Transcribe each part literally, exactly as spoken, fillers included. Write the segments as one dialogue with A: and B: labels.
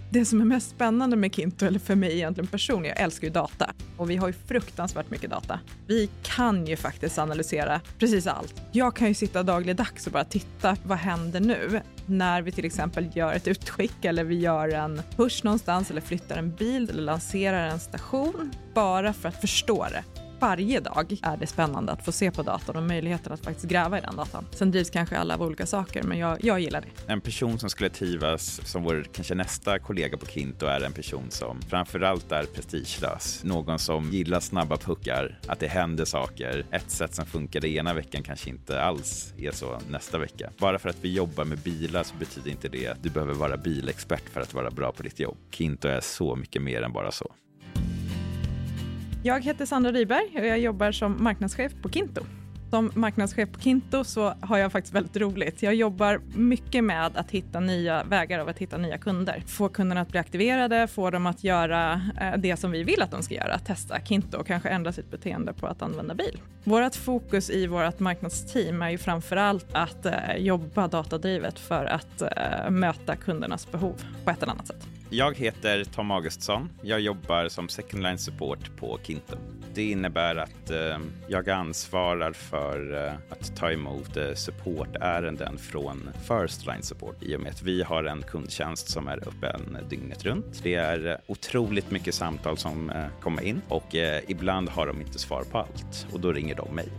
A: Det som är mest spännande med Kinto, eller för mig egentligen personligen, jag älskar ju data. Och vi har ju fruktansvärt mycket data. Vi kan ju faktiskt analysera precis allt. Jag kan ju sitta dagligdags och bara titta, vad händer nu? När vi till exempel gör ett utskick eller vi gör en push någonstans eller flyttar en bil eller lanserar en station. Bara för att förstå det. Varje dag är det spännande att få se på datorn och möjligheten att faktiskt gräva i den datan. Sen drivs kanske alla av olika saker, men jag, jag gillar det.
B: En person som skulle trivas som vår kanske nästa kollega på Kinto är en person som framförallt är prestigelös. Någon som gillar snabba puckar, att det händer saker. Ett sätt som funkar det ena veckan kanske inte alls är så nästa vecka. Bara för att vi jobbar med bilar så betyder inte det att du behöver vara bilexpert för att vara bra på ditt jobb. Kinto är så mycket mer än bara så.
A: Jag heter Sandra Ryberg och jag jobbar som marknadschef på Kinto. Som marknadschef på Kinto så har jag faktiskt väldigt roligt. Jag jobbar mycket med att hitta nya vägar och att hitta nya kunder. Få kunderna att bli aktiverade, få dem att göra det som vi vill att de ska göra. Testa Kinto och kanske ändra sitt beteende på att använda bil. Vårt fokus i vårt marknadsteam är ju framförallt att jobba datadrivet för att möta kundernas behov på ett eller annat sätt.
B: Jag heter Tom Augustsson. Jag jobbar som second line support på Kinto. Det innebär att eh, jag ansvarar för eh, att ta emot eh, supportärenden från first line support. I och med att vi har en kundtjänst som är öppen dygnet runt. Det är eh, otroligt mycket samtal som eh, kommer in och eh, ibland har de inte svar på allt. Och då ringer de mig.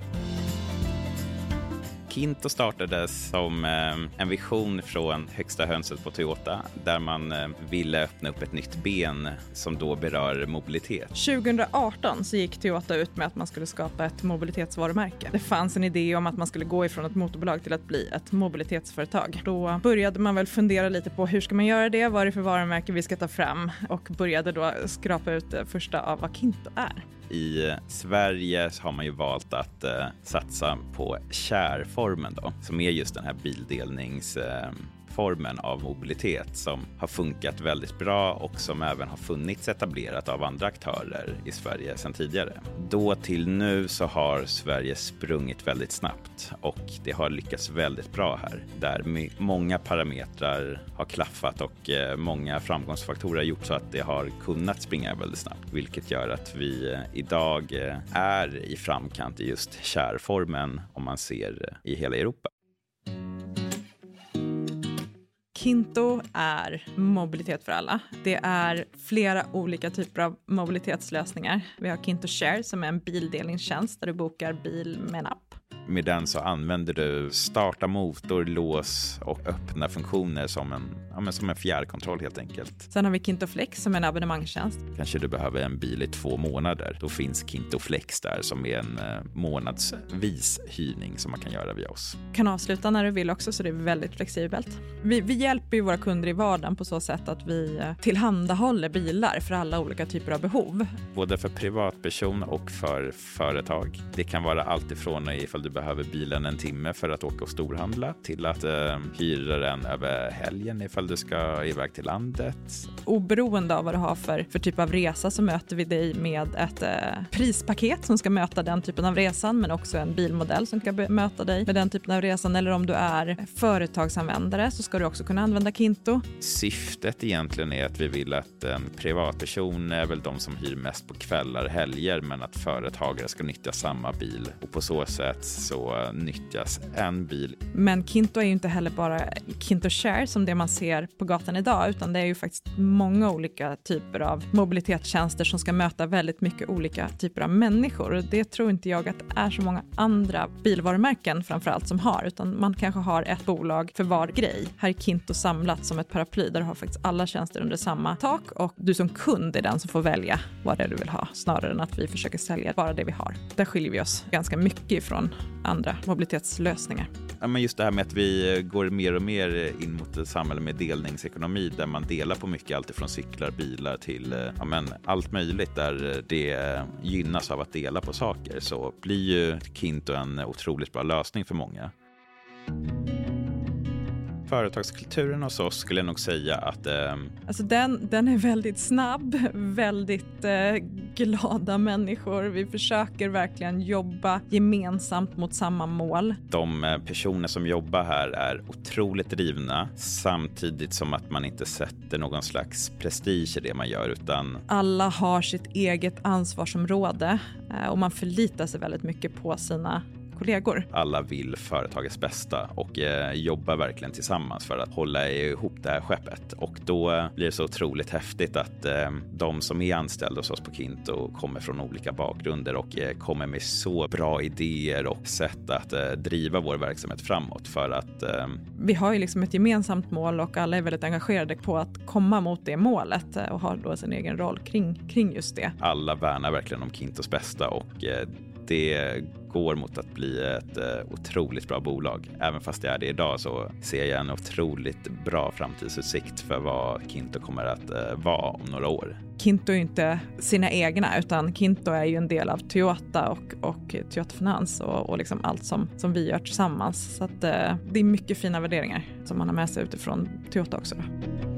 B: Kinto startades som eh, en vision från högsta hönset på Toyota där man eh, ville öppna upp ett nytt ben som då berör mobilitet.
A: tjugoarton så gick Toyota ut med att man skulle skapa ett mobilitetsvarumärke. Det fanns en idé om att man skulle gå ifrån ett motorbolag till att bli ett mobilitetsföretag. Då började man väl fundera lite på hur ska man göra det, vad är det för varumärke vi ska ta fram och började då skrapa ut det första av vad Kinto är.
B: I Sverige har man ju valt att eh, satsa på share-formen då, som är just den här bildelningsformen eh, av mobilitet som har funkat väldigt bra och som även har funnits etablerat av andra aktörer i Sverige sedan tidigare. Då till nu så har Sverige sprungit väldigt snabbt och det har lyckats väldigt bra här. Där my- många parametrar har klaffat och eh, många framgångsfaktorer har gjort så att det har kunnat springa väldigt snabbt. Vilket gör att vi eh, idag eh, är i framkant i just share-formen om man ser eh, i hela Europa.
A: Kinto är mobilitet för alla. Det är flera olika typer av mobilitetslösningar. Vi har Kinto Share som är en bildelningstjänst där du bokar bil med en app.
B: Med den så använder du starta motor, lås och öppna funktioner som en, ja, men som en fjärrkontroll helt enkelt.
A: Sen har vi Kinto Flex som är en abonnemangstjänst.
B: Kanske du behöver en bil i två månader. Då finns Kinto Flex där som är en eh, månadsvis hyrning som man kan göra via oss.
A: Kan avsluta när du vill också så det är väldigt flexibelt. Vi, vi hjälper ju våra kunder i vardagen på så sätt att vi tillhandahåller bilar för alla olika typer av behov.
B: Både för privatperson och för företag. Det kan vara allt ifrån ifall du behöver bilen en timme för att åka och storhandla till att eh, hyra den över helgen ifall du ska iväg till landet.
A: Oberoende av vad du har för, för typ av resa så möter vi dig med ett eh, prispaket som ska möta den typen av resan men också en bilmodell som ska be- möta dig med den typen av resan. Eller om du är företagsanvändare så ska du också kunna använda Kinto.
B: Syftet egentligen är att vi vill att en privatperson är väl de som hyr mest på kvällar och helger men att företagare ska nyttja samma bil och på så sätt så nyttjas en bil.
A: Men Kinto är ju inte heller bara Kinto Share som det man ser på gatan idag utan det är ju faktiskt många olika typer av mobilitetstjänster som ska möta väldigt mycket olika typer av människor och det tror inte jag att det är så många andra bilvarumärken framförallt som har utan man kanske har ett bolag för var grej. Här är Kinto samlat som ett paraply där du har faktiskt alla tjänster under samma tak och du som kund är den som får välja vad det är du vill ha snarare än att vi försöker sälja bara det vi har. Där skiljer vi oss ganska mycket ifrån andra mobilitetslösningar.
B: Ja, men just det här med att vi går mer och mer in mot ett samhälle med delningsekonomi där man delar på mycket allt från cyklar, bilar till ja, men allt möjligt där det gynnas av att dela på saker så blir ju Kinto en otroligt bra lösning för många. Företagskulturen hos oss skulle jag nog säga att... Eh...
A: Alltså den, den är väldigt snabb, väldigt eh, glada människor. Vi försöker verkligen jobba gemensamt mot samma mål.
B: De personer som jobbar här är otroligt drivna, samtidigt som att man inte sätter någon slags prestige i det man gör, utan...
A: Alla har sitt eget ansvarsområde eh, och man förlitar sig väldigt mycket på sina kollegor.
B: Alla vill företagets bästa och eh, jobbar verkligen tillsammans för att hålla ihop det här skeppet. Och då eh, blir det så otroligt häftigt att eh, de som är anställda hos oss på Kinto kommer från olika bakgrunder och eh, kommer med så bra idéer och sätt att eh, driva vår verksamhet framåt för att... Eh...
A: Vi har ju liksom ett gemensamt mål och alla är väldigt engagerade på att komma mot det målet eh, och har då sin egen roll kring, kring just det.
B: Alla värnar verkligen om Kintos bästa och eh, det går mot att bli ett eh, otroligt bra bolag. Även fast det är det idag så ser jag en otroligt bra framtidsutsikt för vad Kinto kommer att eh, vara om några år.
A: Kinto är ju inte sina egna, utan Kinto är ju en del av Toyota och, och Toyota Finans och, och liksom allt som, som vi gör tillsammans. Så att, eh, det är mycket fina värderingar som man har med sig utifrån Toyota också då.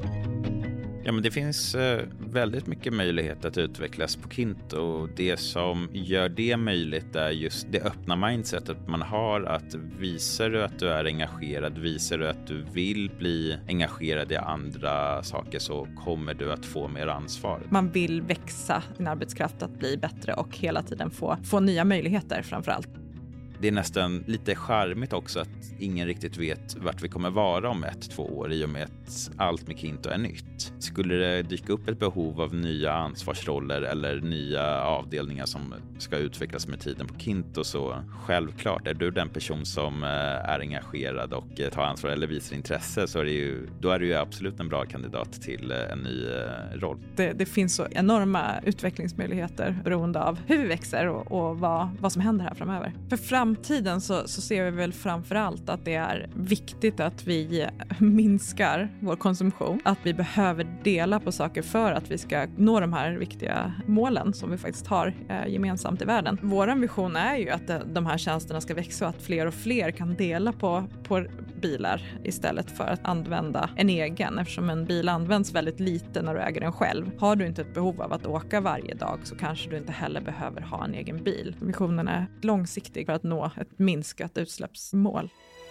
B: Ja, men det finns eh, väldigt mycket möjlighet att utvecklas på Kinto. Det som gör det möjligt är just det öppna mindsetet man har, att visar du att du är engagerad, visar du att du vill bli engagerad i andra saker, så kommer du att få mer ansvar.
A: Man vill växa sin arbetskraft, att bli bättre och hela tiden få, få nya möjligheter framförallt.
B: Det är nästan lite charmigt också att ingen riktigt vet vart vi kommer vara om ett, två år i och med att allt med Kinto är nytt. Skulle det dyka upp ett behov av nya ansvarsroller eller nya avdelningar som ska utvecklas med tiden på Kinto, så självklart är du den person som är engagerad och tar ansvar eller visar intresse, så är det ju, då är du ju absolut en bra kandidat till en ny roll. Det,
A: det finns så enorma utvecklingsmöjligheter beroende av hur vi växer och, och vad, vad som händer här framöver. För fram tiden så, så ser vi väl framförallt att det är viktigt att vi minskar vår konsumtion. Att vi behöver dela på saker för att vi ska nå de här viktiga målen som vi faktiskt har eh, gemensamt i världen. Vår vision är ju att de här tjänsterna ska växa och att fler och fler kan dela på, på bilar istället för att använda en egen. Eftersom en bil används väldigt lite när du äger den själv. Har du inte ett behov av att åka varje dag så kanske du inte heller behöver ha en egen bil. Visionen är långsiktig för att nå ett minskat utsläppsmål.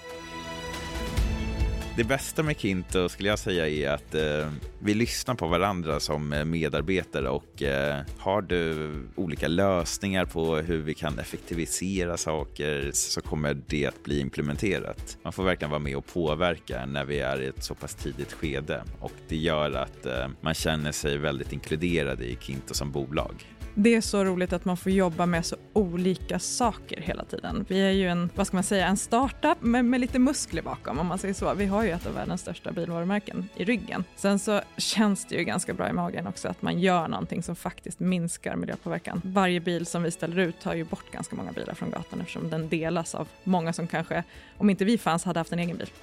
B: Det bästa med Kinto skulle jag säga är att eh, vi lyssnar på varandra som medarbetare och eh, har du olika lösningar på hur vi kan effektivisera saker så kommer det att bli implementerat. Man får verkligen vara med och påverka när vi är i ett så pass tidigt skede och det gör att eh, man känner sig väldigt inkluderad i Kinto som bolag.
A: Det är så roligt att man får jobba med så olika saker hela tiden. Vi är ju en, vad ska man säga, en startup med, med lite muskler bakom om man säger så. Vi har ju ett av världens största bilvarumärken i ryggen. Sen så känns det ju ganska bra i magen också att man gör någonting som faktiskt minskar miljöpåverkan. Varje bil som vi ställer ut tar ju bort ganska många bilar från gatan eftersom den delas av många som kanske, om inte vi fanns, hade haft en egen bil.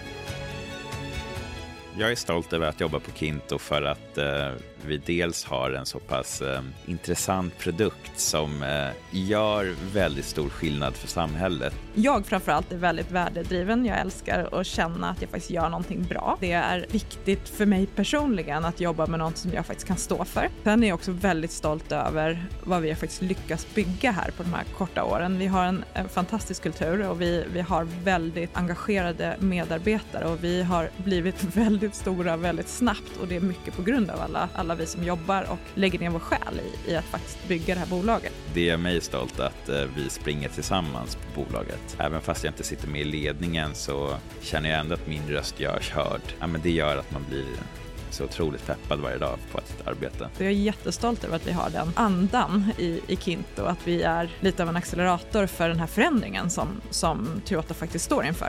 B: Jag är stolt över att jobba på Kinto för att eh, vi dels har en så pass eh, intressant produkt som eh, gör väldigt stor skillnad för samhället.
A: Jag framförallt är väldigt värdedriven. Jag älskar att känna att jag faktiskt gör någonting bra. Det är viktigt för mig personligen att jobba med något som jag faktiskt kan stå för. Sen är jag också väldigt stolt över vad vi har faktiskt lyckats bygga här på de här korta åren. Vi har en, en fantastisk kultur och vi, vi har väldigt engagerade medarbetare och vi har blivit väldigt stora väldigt snabbt och det är mycket på grund av alla, alla vi som jobbar och lägger ner vår själ i, i att faktiskt bygga det här bolaget.
B: Det är mig stolt att eh, vi springer tillsammans på bolaget. Även fast jag inte sitter med i ledningen så känner jag ändå att min röst görs hörd. Ja, men det gör att man blir så otroligt peppad varje dag på ett arbete. Jag är jättestolt över att vi har den andan i, i Kinto, att vi är lite av en accelerator för den här förändringen som, som Toyota faktiskt står inför.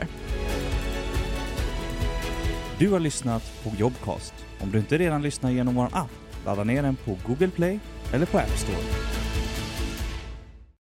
C: Du har lyssnat på Jobcast. Om du inte redan lyssnar genom vår app, ladda ner den på Google Play eller på App Store.